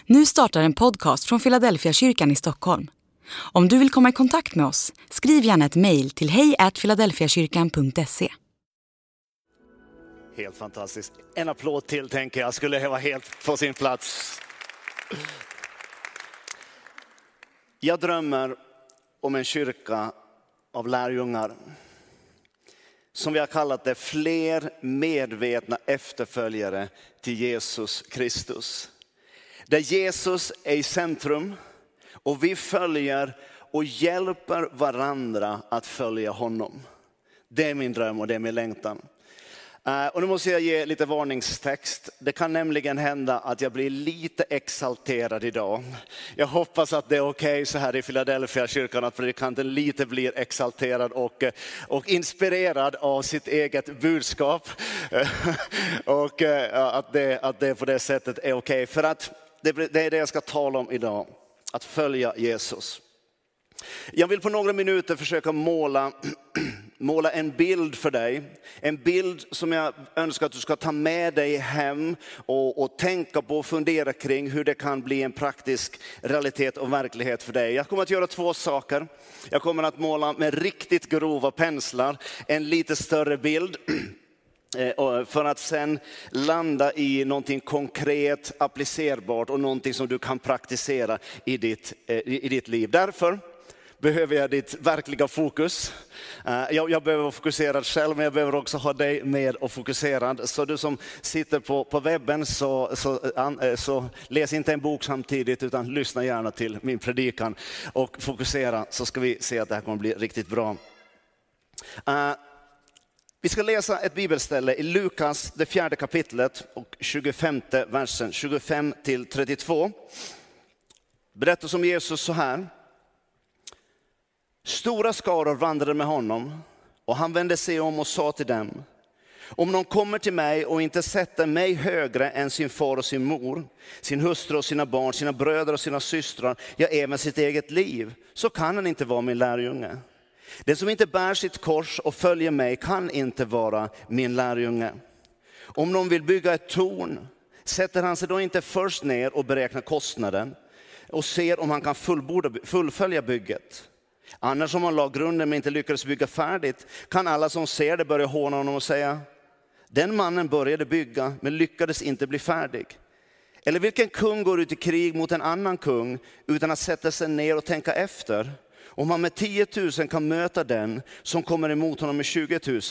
Nu startar en podcast från Philadelphia kyrkan i Stockholm. Om du vill komma i kontakt med oss, skriv gärna ett mejl till hej@philadelphiakyrkan.se. Helt fantastiskt. En applåd till tänker jag skulle vara helt på sin plats. Jag drömmer om en kyrka av lärjungar. Som vi har kallat det, fler medvetna efterföljare till Jesus Kristus. Där Jesus är i centrum och vi följer och hjälper varandra att följa honom. Det är min dröm och det är min längtan. Och nu måste jag ge lite varningstext. Det kan nämligen hända att jag blir lite exalterad idag. Jag hoppas att det är okej så här i Philadelphia kyrkan att predikanten lite blir exalterad och inspirerad av sitt eget budskap. Och att det på det sättet är okej. För att det är det jag ska tala om idag. Att följa Jesus. Jag vill på några minuter försöka måla en bild för dig. En bild som jag önskar att du ska ta med dig hem och tänka på och fundera kring hur det kan bli en praktisk realitet och verklighet för dig. Jag kommer att göra två saker. Jag kommer att måla med riktigt grova penslar en lite större bild. För att sen landa i någonting konkret, applicerbart och någonting som du kan praktisera i ditt liv. Därför behöver jag ditt verkliga fokus. Jag behöver vara fokuserad själv, men jag behöver också ha dig med och fokuserad. Så du som sitter på webben så läs inte en bok samtidigt utan lyssna gärna till min predikan och fokusera, så ska vi se att det här kommer bli riktigt bra. Vi ska läsa ett bibelställe i Lukas, det 4:e kapitlet och 25:e versen, 25-32. Berättas om Jesus så här. Stora skaror vandrade med honom och han vände sig om och sa till dem: om någon kommer till mig och inte sätter mig högre än sin far och sin mor, sin hustru och sina barn, sina bröder och sina systrar, ja även sitt eget liv, så kan han inte vara min lärjunge. Den som inte bär sitt kors och följer mig kan inte vara min lärjunge. Om någon vill bygga ett torn, sätter han sig då inte först ner och beräknar kostnaden och ser om han kan fullfölja bygget. Annars om han la grunden men inte lyckades bygga färdigt, kan alla som ser det börja håna honom och säga: den mannen började bygga men lyckades inte bli färdig. Eller vilken kung går ut i krig mot en annan kung utan att sätta sig ner och tänka efter om han med 10 000 kan möta den som kommer emot honom med 20 000?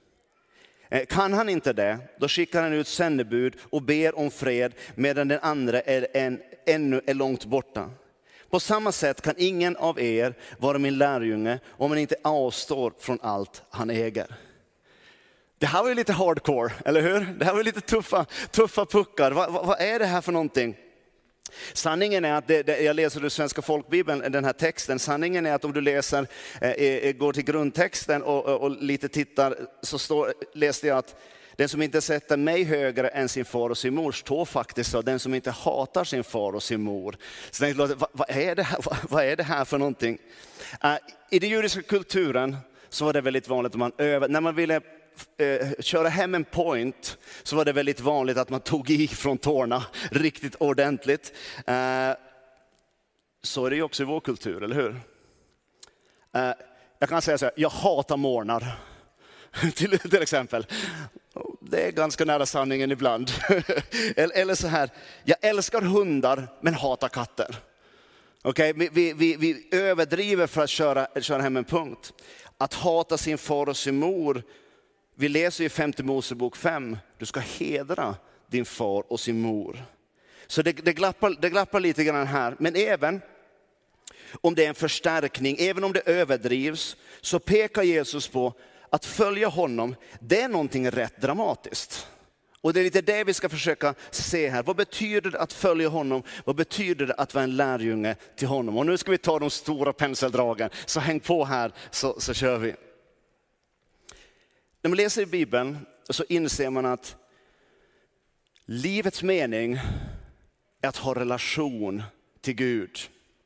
Kan han inte det, då skickar han ut sändebud och ber om fred medan den andra ännu är långt borta. På samma sätt kan ingen av er vara min lärjunge om man inte avstår från allt han äger. Det här var ju lite hardcore, eller hur? Det här var lite tuffa puckar. Vad är det här för någonting? Sanningen är att jag läser ur Svenska folkbibeln, den här texten. Sanningen är att om du går till grundtexten och lite tittar, så läste jag att den som inte sätter mig högre än sin far och sin mor står faktiskt så. Den som inte hatar sin far och sin mor. Så tänkte jag, vad är det här för någonting? I den judiska kulturen så var det väldigt vanligt när man ville köra hem en point, så var det väldigt vanligt att man tog i från tårna riktigt ordentligt. Så är det ju också i vår kultur, eller hur? Jag kan säga så här, jag hatar morgnar till exempel. Det är ganska nära sanningen ibland. Eller så här, jag älskar hundar men hatar katter. Okej, vi överdriver för att köra hem en punkt. Att hata sin far och sin mor. Vi läser i 5:e Mosebok 5. Du ska hedra din far och sin mor. Så det glappar lite grann här. Men även om det är en förstärkning, även om det överdrivs, så pekar Jesus på att följa honom, det är någonting rätt dramatiskt. Och det är lite det vi ska försöka se här. Vad betyder det att följa honom? Vad betyder det att vara en lärjunge till honom? Och nu ska vi ta de stora penseldragen. Så häng på här så kör vi. När man läser i Bibeln så inser man att livets mening är att ha relation till Gud.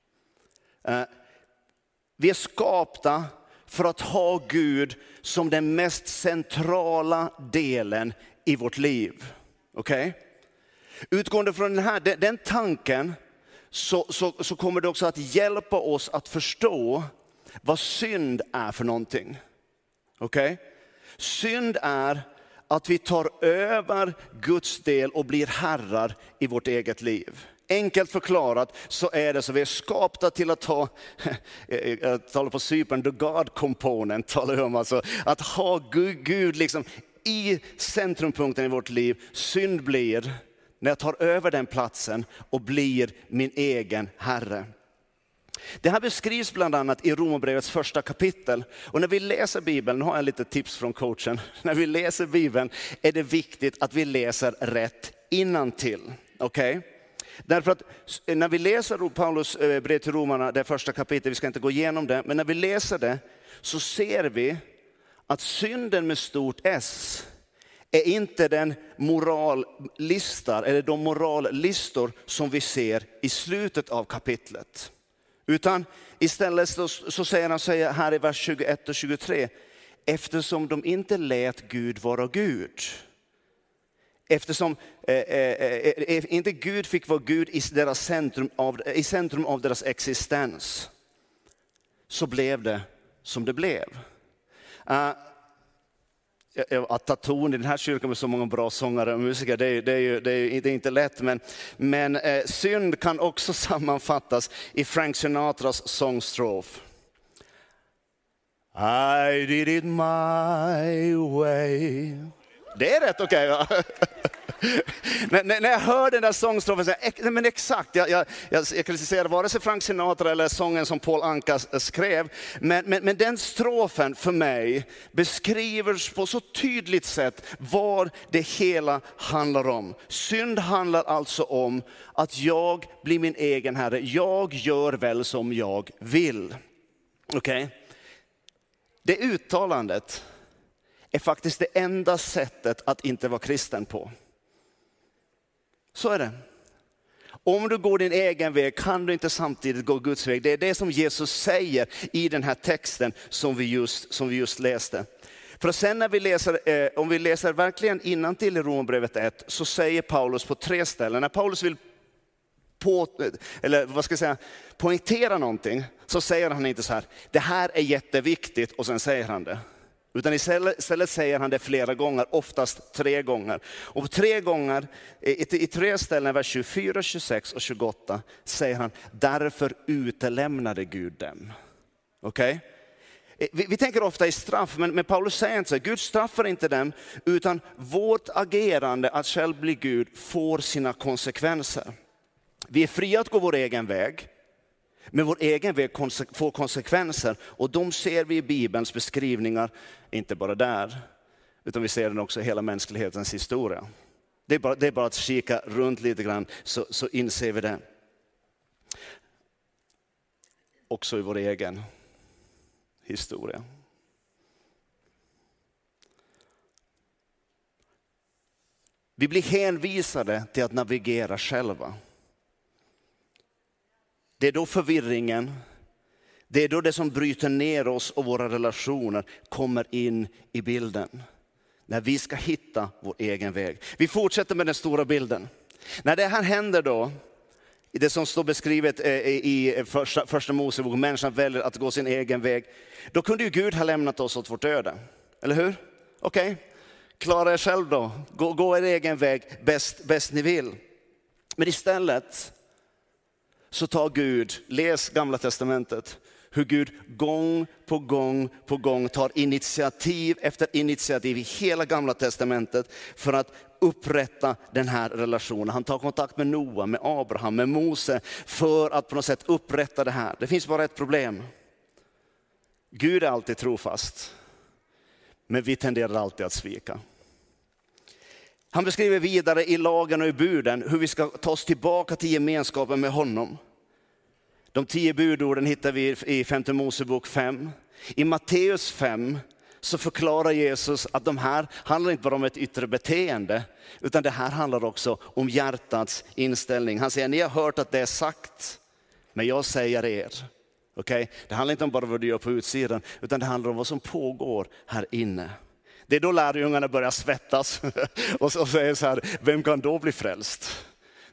Vi är skapta för att ha Gud som den mest centrala delen i vårt liv. Okej? Utgående från den tanken så kommer det också att hjälpa oss att förstå vad synd är för någonting. Okej? Synd är att vi tar över Guds del och blir herrar i vårt eget liv. Enkelt förklarat så är det så vi är skapta till att ha, jag talar på Cypern, the God component, talar jag om, alltså att ha Gud liksom i centrumpunkten i vårt liv. Synd blir när jag tar över den platsen och blir min egen herre. Det här beskrivs bland annat i Romarbrevets första kapitel. Och när vi läser Bibeln, nu har jag lite tips från coachen. När vi läser Bibeln är det viktigt att vi läser rätt innantill. Okej? Därför att när vi läser Paulus brev till romarna, det första kapitlet, vi ska inte gå igenom det. Men när vi läser det så ser vi att synden med stort S är inte den morallistar eller de morallistor som vi ser i slutet av kapitlet. Utan istället så säger han här i vers 21 och 23, eftersom de inte lät Gud vara Gud. Eftersom inte Gud fick vara Gud i deras centrum av deras existens, så blev det som det blev. Att ta ton i den här kyrkan med så många bra sångare och musiker, det är inte lätt. Men synd kan också sammanfattas i Frank Sinatras sångstrof. I did it my way. Det är rätt okej, va? När jag hör den där sångstrofen så men exakt, jag kritiserar vare sig Frank Sinatra eller sången som Paul Anka skrev. Men den strofen för mig beskriver på så tydligt sätt vad det hela handlar om. Synd handlar alltså om att jag blir min egen herre. Jag gör väl som jag vill. Okej? Det uttalandet är faktiskt det enda sättet att inte vara kristen på. Så är det. Om du går din egen väg kan du inte samtidigt gå Guds väg. Det är det som Jesus säger i den här texten som vi just läste. För sen när vi läser, om vi läser verkligen innantill i Romarbrevet 1, så säger Paulus på 3 ställen. När Paulus vill poängtera någonting, så säger han inte så här, det här är jätteviktigt, och sen säger han det. Utan istället säger han det flera gånger, oftast 3 gånger. Och 3 gånger, i 3 ställen, vers 24, 26 och 28, säger han, därför utelämnade Gud dem. Okej? Vi tänker ofta i straff, men Paulus säger inte så. Gud straffar inte dem, utan vårt agerande att själv bli Gud får sina konsekvenser. Vi är fria att gå vår egen väg. Men vår egen väg får konsekvenser, och de ser vi i Bibelns beskrivningar, inte bara där, utan vi ser den också i hela mänsklighetens historia. Det är bara att kika runt lite grann så inser vi det. Också i vår egen historia. Vi blir hänvisade till att navigera själva. Det är då förvirringen, det är då det som bryter ner oss och våra relationer kommer in i bilden. När vi ska hitta vår egen väg. Vi fortsätter med den stora bilden. När det här händer då, i det som står beskrivet i första Mosebok, människan väljer att gå sin egen väg. Då kunde ju Gud ha lämnat oss åt vårt öde, eller hur? Okej, klara er själv då. Gå er egen väg bäst ni vill. Men istället så tar Gud, läs Gamla testamentet, hur Gud gång på gång tar initiativ efter initiativ i hela Gamla testamentet för att upprätta den här relationen. Han tar kontakt med Noa, med Abraham, med Mose för att på något sätt upprätta det här. Det finns bara ett problem. Gud är alltid trofast, men vi tenderar alltid att svika. Han beskriver vidare i lagen och i buden hur vi ska ta oss tillbaka till gemenskapen med honom. De 10 budorden hittar vi i 5 Mosebok 5. I Matteus 5 så förklarar Jesus att de här handlar inte bara om ett yttre beteende, utan det här handlar också om hjärtats inställning. Han säger, ni har hört att det är sagt, men jag säger er. Okej? Det handlar inte om bara vad du gör på utsidan, utan det handlar om vad som pågår här inne. Det är då lärjungarna börjar svettas och säger så här, vem kan då bli frälst?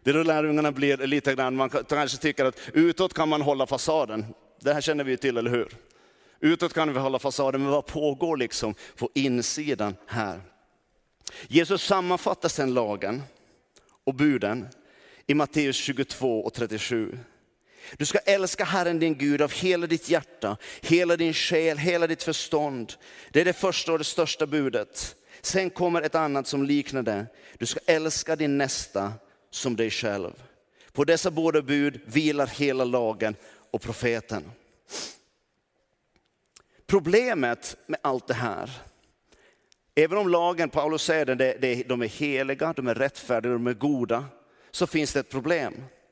Det är då lärjungarna blir lite grann, man kanske tycker att utåt kan man hålla fasaden. Det här känner vi till, eller hur? Utåt kan vi hålla fasaden, men vad pågår liksom på insidan här? Jesus sammanfattar sedan lagen och buden i Matteus 22 och 37. Du ska älska Herren din Gud av hela ditt hjärta, hela din själ, hela ditt förstånd. Det är det första och det största budet. Sen kommer ett annat som liknar det. Du ska älska din nästa som dig själv. På dessa båda bud vilar hela lagen och profeten. Problemet med allt det här, även om lagen, Paulus säger det, de är heliga, de är rättfärdiga, de är goda, så finns det ett problem.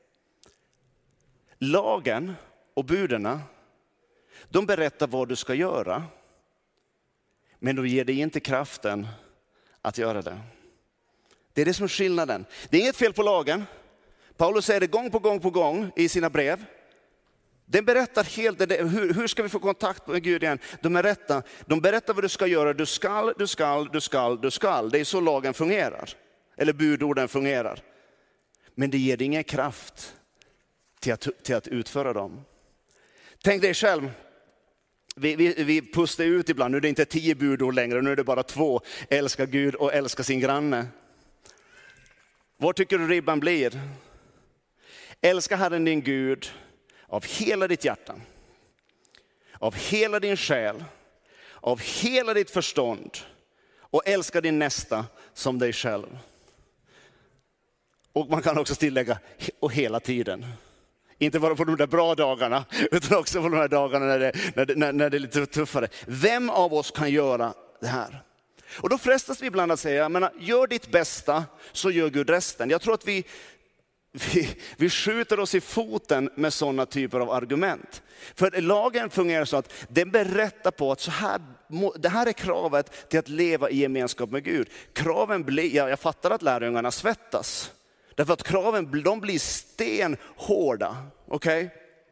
Lagen och buderna, de berättar vad du ska göra, men de ger dig inte kraften att göra det. Det är det som är skillnaden. Det är inget fel på lagen. Paulus säger det gång på gång i sina brev. Den berättar helt, hur ska vi få kontakt med Gud igen? De berättar vad du ska göra. Du skall. Det är så lagen fungerar. Eller budorden fungerar. Men det ger dig ingen kraft till att utföra dem. Tänk dig själv. Vi pustar ut ibland. Nu är det inte 10 budord längre. Nu är det bara 2. Älska Gud och älska sin granne. Var tycker du ribban blir? Älska Herren din Gud av hela ditt hjärta, av hela din själ, av hela ditt förstånd, och älska din nästa som dig själv. Och man kan också tillägga, och hela tiden. Inte bara på de där bra dagarna, utan också på de här dagarna när det är lite tuffare. Vem av oss kan göra det här? Och då frestas vi ibland att säga, gör ditt bästa så gör Gud resten. Jag tror att vi skjuter oss i foten med sådana typer av argument. För lagen fungerar så att den berättar på att det här är kravet till att leva i gemenskap med Gud. Kraven blir, jag fattar att lärjungarna svettas. Därför att kraven, de blir stenhårda. Okej?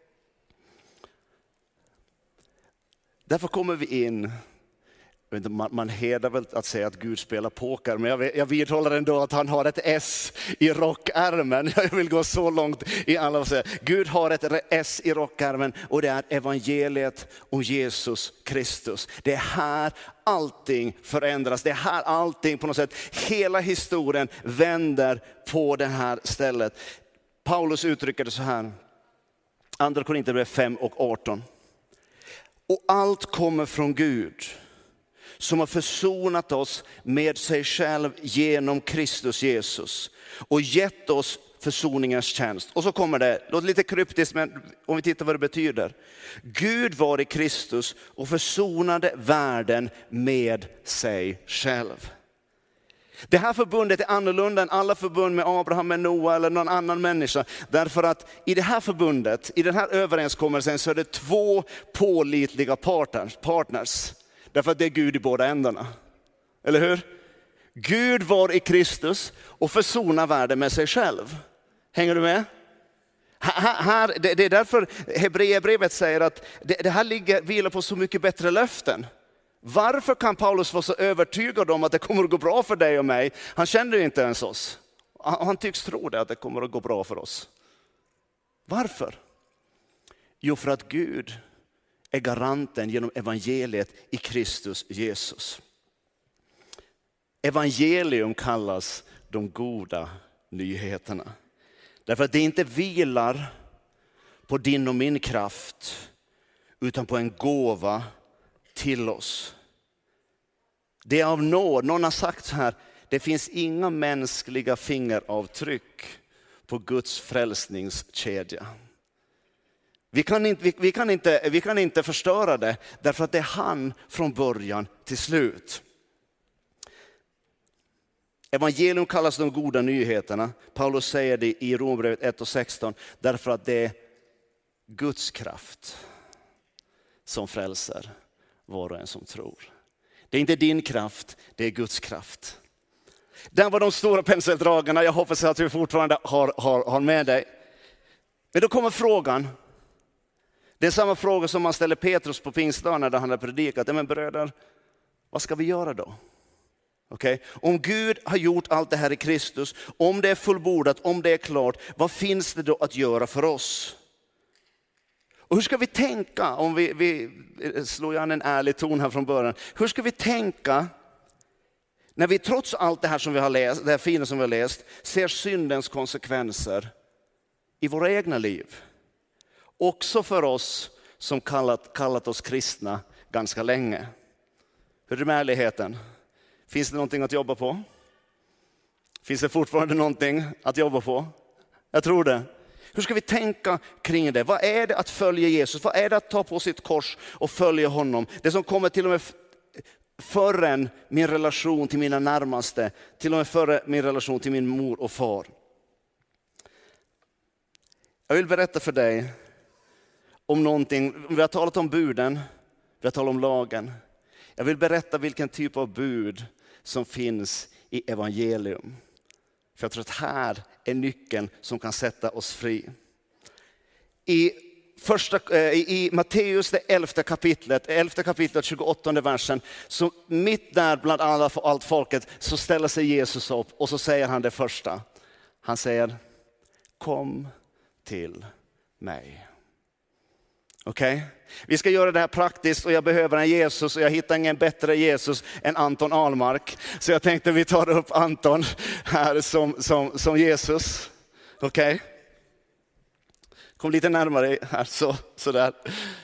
Därför kommer vi in. Man hedrar väl att säga att Gud spelar poker, men jag vidhåller ändå att han har ett S i rockärmen. Jag vill gå så långt i alla och säga, Gud har ett S i rockärmen, och det är evangeliet om Jesus Kristus. Det är här allting förändras. Det är här allting på något sätt, hela historien vänder på det här stället. Paulus uttrycker det så här, Andra Korinthierbrevet 5 och 18. Och allt kommer från Gud, som har försonat oss med sig själv genom Kristus Jesus och gett oss försoningens tjänst. Och så kommer det, låter lite kryptiskt, men om vi tittar vad det betyder. Gud var i Kristus och försonade världen med sig själv. Det här förbundet är annorlunda än alla förbund med Abraham, med Noa eller någon annan människa. Därför att i det här förbundet, i den här överenskommelsen, så är det 2 pålitliga partners. Därför att det är Gud i båda ändarna. Eller hur? Gud var i Kristus och försona världen med sig själv. Hänger du med? Det är därför Hebreerbrevet säger att det här vilar på så mycket bättre löften. Varför kan Paulus vara så övertygad om att det kommer att gå bra för dig och mig? Han känner ju inte ens oss. Han tycks tro det, att det kommer att gå bra för oss. Varför? Jo, för att Gud är garanten genom evangeliet i Kristus Jesus. Evangelium kallas de goda nyheterna. Därför att det inte vilar på din och min kraft, utan på en gåva till oss. Det är av nåd. Någon har sagt så här, det finns inga mänskliga fingeravtryck på Guds frälsningskedja. Vi kan inte förstöra det, därför att det är han från början till slut. Evangelium kallas de goda nyheterna. Paulus säger det i Romarbrevet 1:16, därför att det är Guds kraft som frälser var och en som tror. Det är inte din kraft, det är Guds kraft. Det var de stora penseldragarna. Jag hoppas att vi fortfarande har med dig. Men då kommer frågan. Det är samma fråga som man ställer Petrus på pingstdagen när han har predikat. Men bröder, vad ska vi göra då? Okay? Om Gud har gjort allt det här i Kristus, om det är fullbordat, om det är klart, vad finns det då att göra för oss? Och hur ska vi tänka, om vi slår an en ärlig ton här från början. Hur ska vi tänka när vi trots allt det här som vi har läst, det här fina som vi har läst, ser syndens konsekvenser i våra egna liv? Också för oss som kallat oss kristna ganska länge. Hur är det med ärligheten? Finns det någonting att jobba på? Finns det fortfarande någonting att jobba på? Jag tror det. Hur ska vi tänka kring det? Vad är det att följa Jesus? Vad är det att ta på sitt kors och följa honom? Det som kommer till och med förrän min relation till mina närmaste, till och med före min relation till min mor och far. Jag vill berätta för dig om någonting. Vi har talat om buden, vi har talat om lagen. Jag vill berätta vilken typ av bud som finns i evangelium. För jag tror att här är nyckeln som kan sätta oss fri. I Matteus det 11 kapitlet 28 versen, så mitt där bland allt folket så ställer sig Jesus upp och så säger han det första. Han säger, kom till mig. Okej? Vi ska göra det här praktiskt och jag behöver en Jesus och jag hittar ingen bättre Jesus än Anton Ahlmark. Så jag tänkte vi tar upp Anton här som Jesus. Okej? Kom lite närmare här, sådär.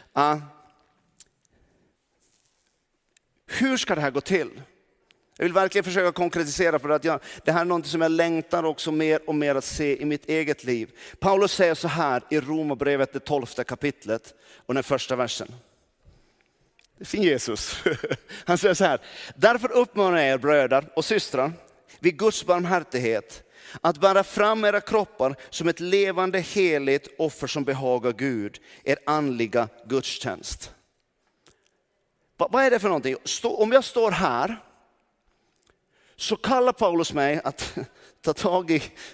Hur ska det här gå till? Jag vill verkligen försöka konkretisera för att det här är något som jag längtar också mer och mer att se i mitt eget liv. Paulus säger så här i Romarbrevet det 12 kapitlet och den första versen. Det är fin Jesus. Han säger så här. Därför uppmanar jag er bröder och systrar vid Guds barmhärtighet att bära fram era kroppar som ett levande heligt offer som behagar Gud, er andliga gudstjänst. Vad är det för någonting? Om jag står här så kallar Paulus mig att ta tag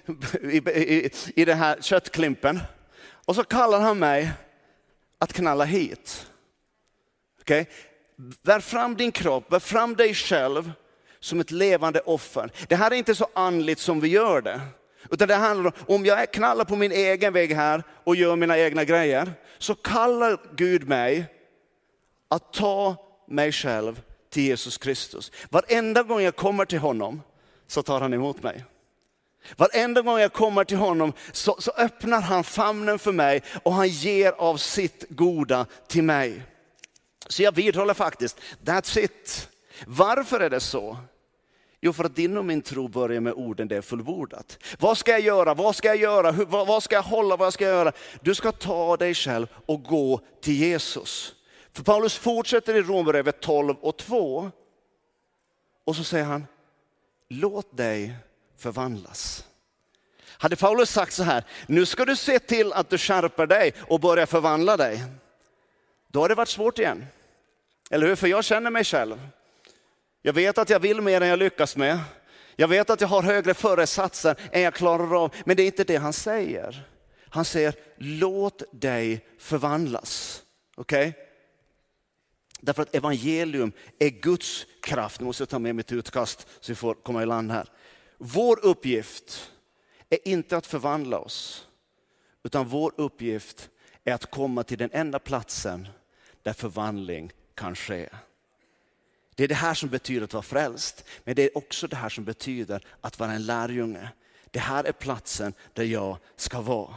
i den här köttklimpen. Och så kallar han mig att knalla hit. Okay? Bär fram din kropp, bär fram dig själv som ett levande offer. Det här är inte så andligt som vi gör det. Utan det handlar om jag knallar på min egen väg här och gör mina egna grejer. Så kallar Gud mig att ta mig själv till Jesus Kristus. Varenda gång jag kommer till honom så tar han emot mig. Varenda gång jag kommer till honom så öppnar han famnen för mig och han ger av sitt goda till mig. Så jag vidhåller faktiskt, that's it. Varför är det så? Jo, för att din och min tro börjar med orden, det är fullbordat. Vad ska jag göra? Vad ska jag göra? Vad ska jag hålla? Vad ska jag göra? Du ska ta dig själv och gå till Jesus. För Paulus fortsätter i Romarbrevet 12:2. Och så säger han, låt dig förvandlas. Hade Paulus sagt så här, nu ska du se till att du skärper dig och börja förvandla dig. Då har det varit svårt igen. Eller hur? För jag känner mig själv. Jag vet att jag vill mer än jag lyckas med. Jag vet att jag har högre föresatser än jag klarar av. Men det är inte det han säger. Han säger, låt dig förvandlas. Okej? Därför att evangelium är Guds kraft. Nu måste jag ta med mitt utkast så vi får komma i land här. Vår uppgift är inte att förvandla oss. Utan vår uppgift är att komma till den enda platsen där förvandling kan ske. Det är det här som betyder att vara frälst. Men det är också det här som betyder att vara en lärjunge. Det här är platsen där jag ska vara.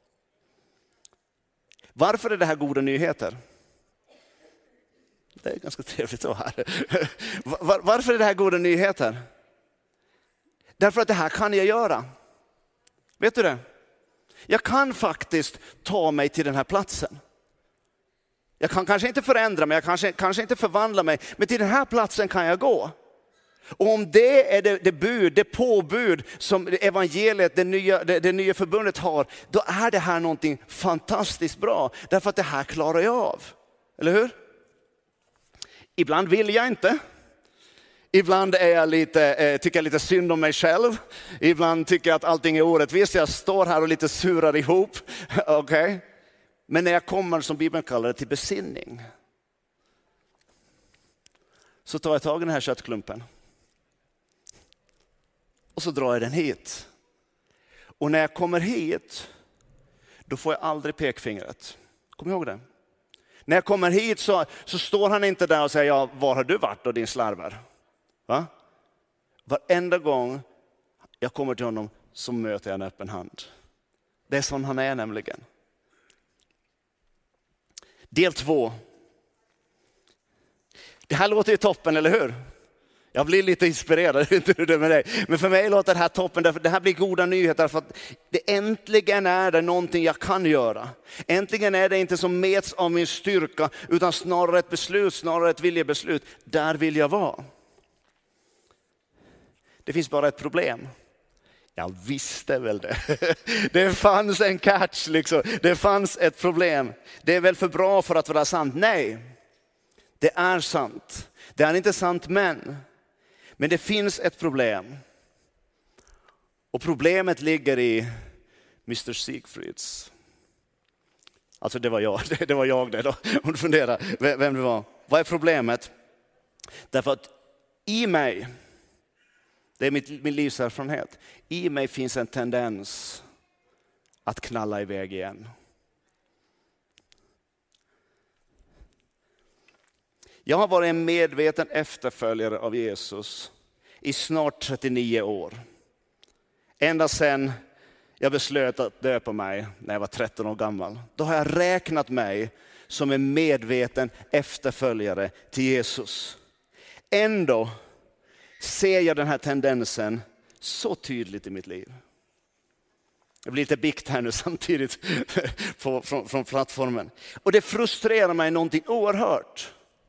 Varför är det här goda nyheter? Det är ganska trevligt att vara här. Varför är det här goda nyheter? Därför att det här kan jag göra. Vet du det? Jag kan faktiskt ta mig till den här platsen. Jag kan kanske inte förändra mig, jag kanske inte förvandla mig, men till den här platsen kan jag gå. Och om det är det påbud som evangeliet, det nya förbundet har, då är det här någonting fantastiskt bra. Därför att det här klarar jag av. Eller hur? Ibland vill jag inte. Ibland är jag tycker jag lite synd om mig själv. Ibland tycker jag att allting är orättvist. Jag står här och lite surar ihop. Okay? Men när jag kommer, som Bibeln kallar det, till besinning, så tar jag tag i den här köttklumpen. Och så drar jag den hit. Och när jag kommer hit, då får jag aldrig pekfingret. Kom ihåg det. När jag kommer hit så står han inte där och säger, ja, var har du varit då din slarver? Va? Varenda gång jag kommer till honom så möter jag en öppen hand. Det är sån han är nämligen. Del 2. Det här låter ju toppen, eller hur? Jag blir lite inspirerad, inte hur det är med dig. Men för mig låter det här toppen, därför det här blir goda nyheter. För att det äntligen är det någonting jag kan göra. Äntligen är det inte som mäts av min styrka, utan snarare ett beslut, snarare ett viljebeslut. Där vill jag vara. Det finns bara ett problem. Jag visste väl det. Det fanns en catch liksom. Det fanns ett problem. Det är väl för bra för att vara sant? Nej, det är sant. Det är inte sant men det finns ett problem. Och problemet ligger i Mr. Siegfrieds. Alltså det var jag det då. Om du funderar vem det var. Vad är problemet? Därför att i mig, det är min livserfarenhet, i mig finns en tendens att knalla iväg igen. Jag har varit en medveten efterföljare av Jesus i snart 39 år. Ända sedan jag beslöt att döpa mig när jag var 13 år gammal. Då har jag räknat mig som en medveten efterföljare till Jesus. Ändå ser jag den här tendensen så tydligt i mitt liv. Jag blir lite bikt här nu samtidigt från plattformen. Och det frustrerar mig någonting oerhört.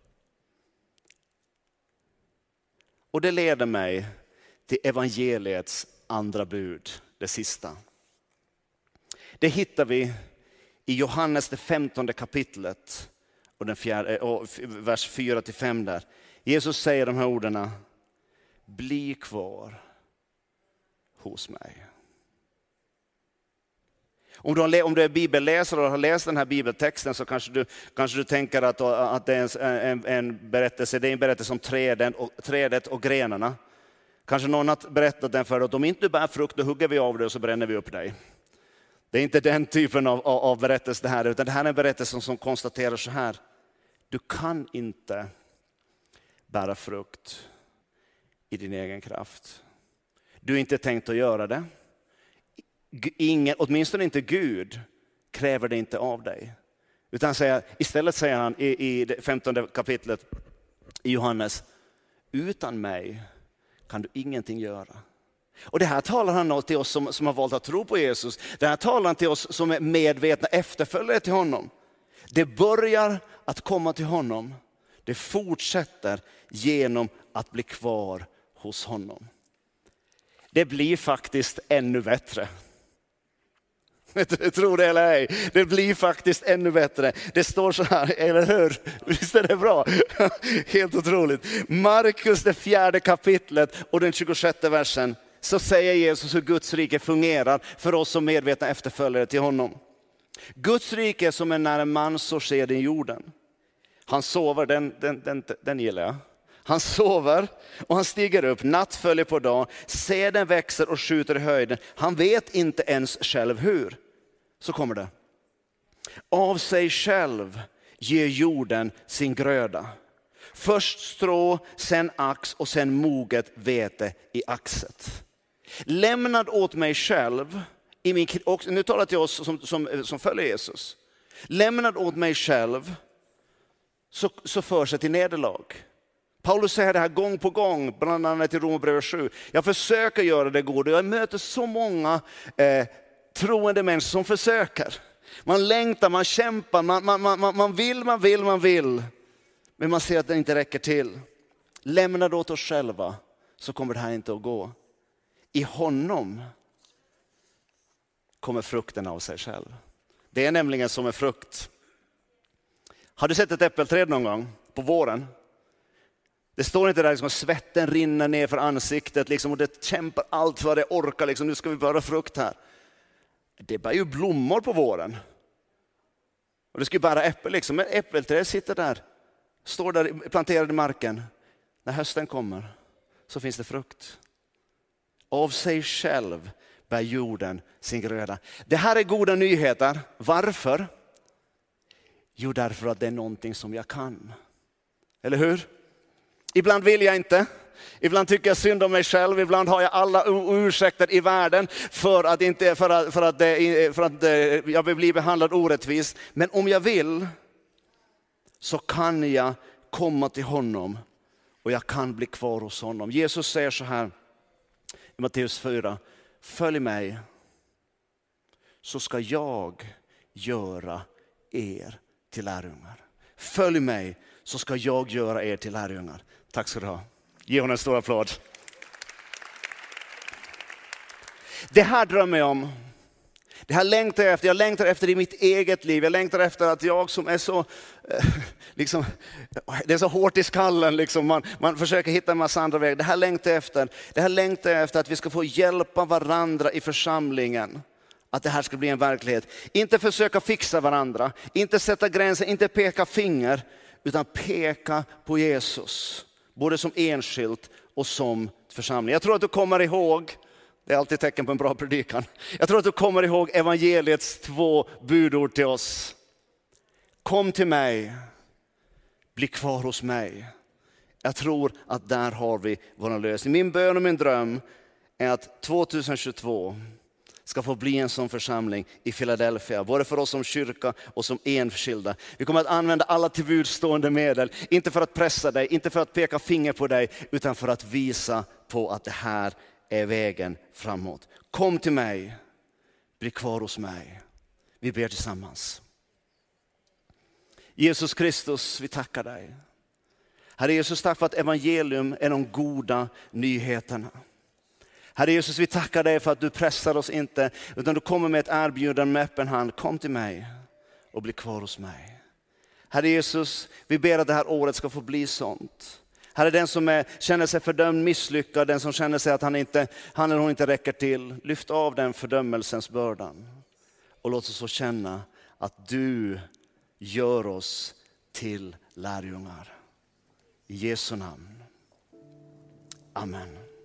Och det leder mig till evangeliets andra bud, det sista. Det hittar vi i Johannes det 15:e kapitlet och vers 4-5 där. Jesus säger de här orden: bli kvar hos mig. Om du är bibelläsare och har läst den här bibeltexten så kanske du tänker att det är en berättelse. Det är en berättelse om trädet och grenarna. Kanske någon har berättat den för dig att om inte du bär frukt, då hugger vi av dig och så bränner vi upp dig. Det är inte den typen av berättelse det här, utan det här är en berättelse som konstaterar så här: du kan inte bära frukt i din egen kraft. Du är inte tänkt att göra det. Åtminstone inte Gud kräver det inte av dig. Utan istället säger han i det 15:e kapitlet i Johannes: utan mig kan du ingenting göra. Och det här talar han till oss som har valt att tro på Jesus. Det här talar han till oss som är medvetna efterföljare till honom. Det börjar att komma till honom. Det fortsätter genom att bli kvar hos honom. Det blir faktiskt ännu bättre. Jag tror det eller ej. Det blir faktiskt ännu bättre. Det står så här, eller hur? Visst är det bra? Helt otroligt. Markus det 4:e kapitlet och den 26:e versen. Så säger Jesus hur Guds rike fungerar för oss som medvetna efterföljare till honom. Guds rike är som en när en man så ser den jorden. Han sover, den gillar jag. Han sover och han stiger upp, natt följer på dag, ser den växer och skjuter i höjden. Han vet inte ens själv hur. Så kommer det. Av sig själv ger jorden sin gröda. Först strå, sen ax och sen moget vete i axet. Lämnad åt mig själv, nu talar jag till oss som följer Jesus. Lämnad åt mig själv så för sig till nederlag. Paulus säger det här gång på gång, bland annat i Romarbrevet 7. Jag försöker göra det goda. Jag möter så många troende människor som försöker. Man längtar, man kämpar, man vill. Men man ser att det inte räcker till. Lämna det åt oss själva så kommer det här inte att gå. I honom kommer frukten av sig själv. Det är nämligen som en frukt. Har du sett ett äppelträd någon gång på våren? Det står inte där liksom, svetten rinner ner för ansiktet liksom, och det kämpar allt vad det orkar. Liksom, nu ska vi bära frukt här. Det bär ju blommor på våren. Och det ska ju bära äppel. Liksom. Men äppelträd sitter där. Står där planterad i marken. När hösten kommer så finns det frukt. Av sig själv bär jorden sin gröda. Det här är goda nyheter. Varför? Jo, därför att det är någonting som jag kan. Eller hur? Ibland vill jag inte. Ibland tycker jag synd om mig själv. Ibland har jag alla ursäkter i världen för att jag vill bli behandlad orättvist. Men om jag vill så kan jag komma till honom och jag kan bli kvar hos honom. Jesus säger så här i Matteus 4. Följ mig så ska jag göra er till lärjungar. Följ mig så ska jag göra er till lärjungar. Tack ska du ha. Ge honom en stor applåd. Det här drömmer jag om. Det här längtar jag efter. Jag längtar efter i mitt eget liv. Jag längtar efter att jag som är så, liksom, det är så hårt i skallen. Liksom. Man försöker hitta en massa andra vägar. Det här längtar jag efter. Det här längtar jag efter att vi ska få hjälpa varandra i församlingen. Att det här ska bli en verklighet. Inte försöka fixa varandra. Inte sätta gränser. Inte peka finger. Utan peka på Jesus. Både som enskilt och som församling. Jag tror att du kommer ihåg, det är alltid tecken på en bra predikan. Jag tror att du kommer ihåg evangeliets 2 budord till oss. Kom till mig, bli kvar hos mig. Jag tror att där har vi vår lösning. Min bön och min dröm är att 2022 ska få bli en sån församling i Philadelphia. Både för oss som kyrka och som enskilda. Vi kommer att använda alla tillbudstående medel. Inte för att pressa dig, inte för att peka finger på dig. Utan för att visa på att det här är vägen framåt. Kom till mig, bli kvar hos mig. Vi ber tillsammans. Jesus Kristus, vi tackar dig. Herre Jesus, tack för att evangelium är de goda nyheterna. Herre Jesus, vi tackar dig för att du pressar oss inte, utan du kommer med ett erbjudande med öppen hand. Kom till mig och bli kvar hos mig. Herre Jesus, vi ber att det här året ska få bli sånt. Herre, den som känner sig fördömd, misslyckad, den som känner sig att han eller hon inte räcker till. Lyft av den fördömelsens bördan. Och låt oss få känna att du gör oss till lärjungar. I Jesu namn. Amen.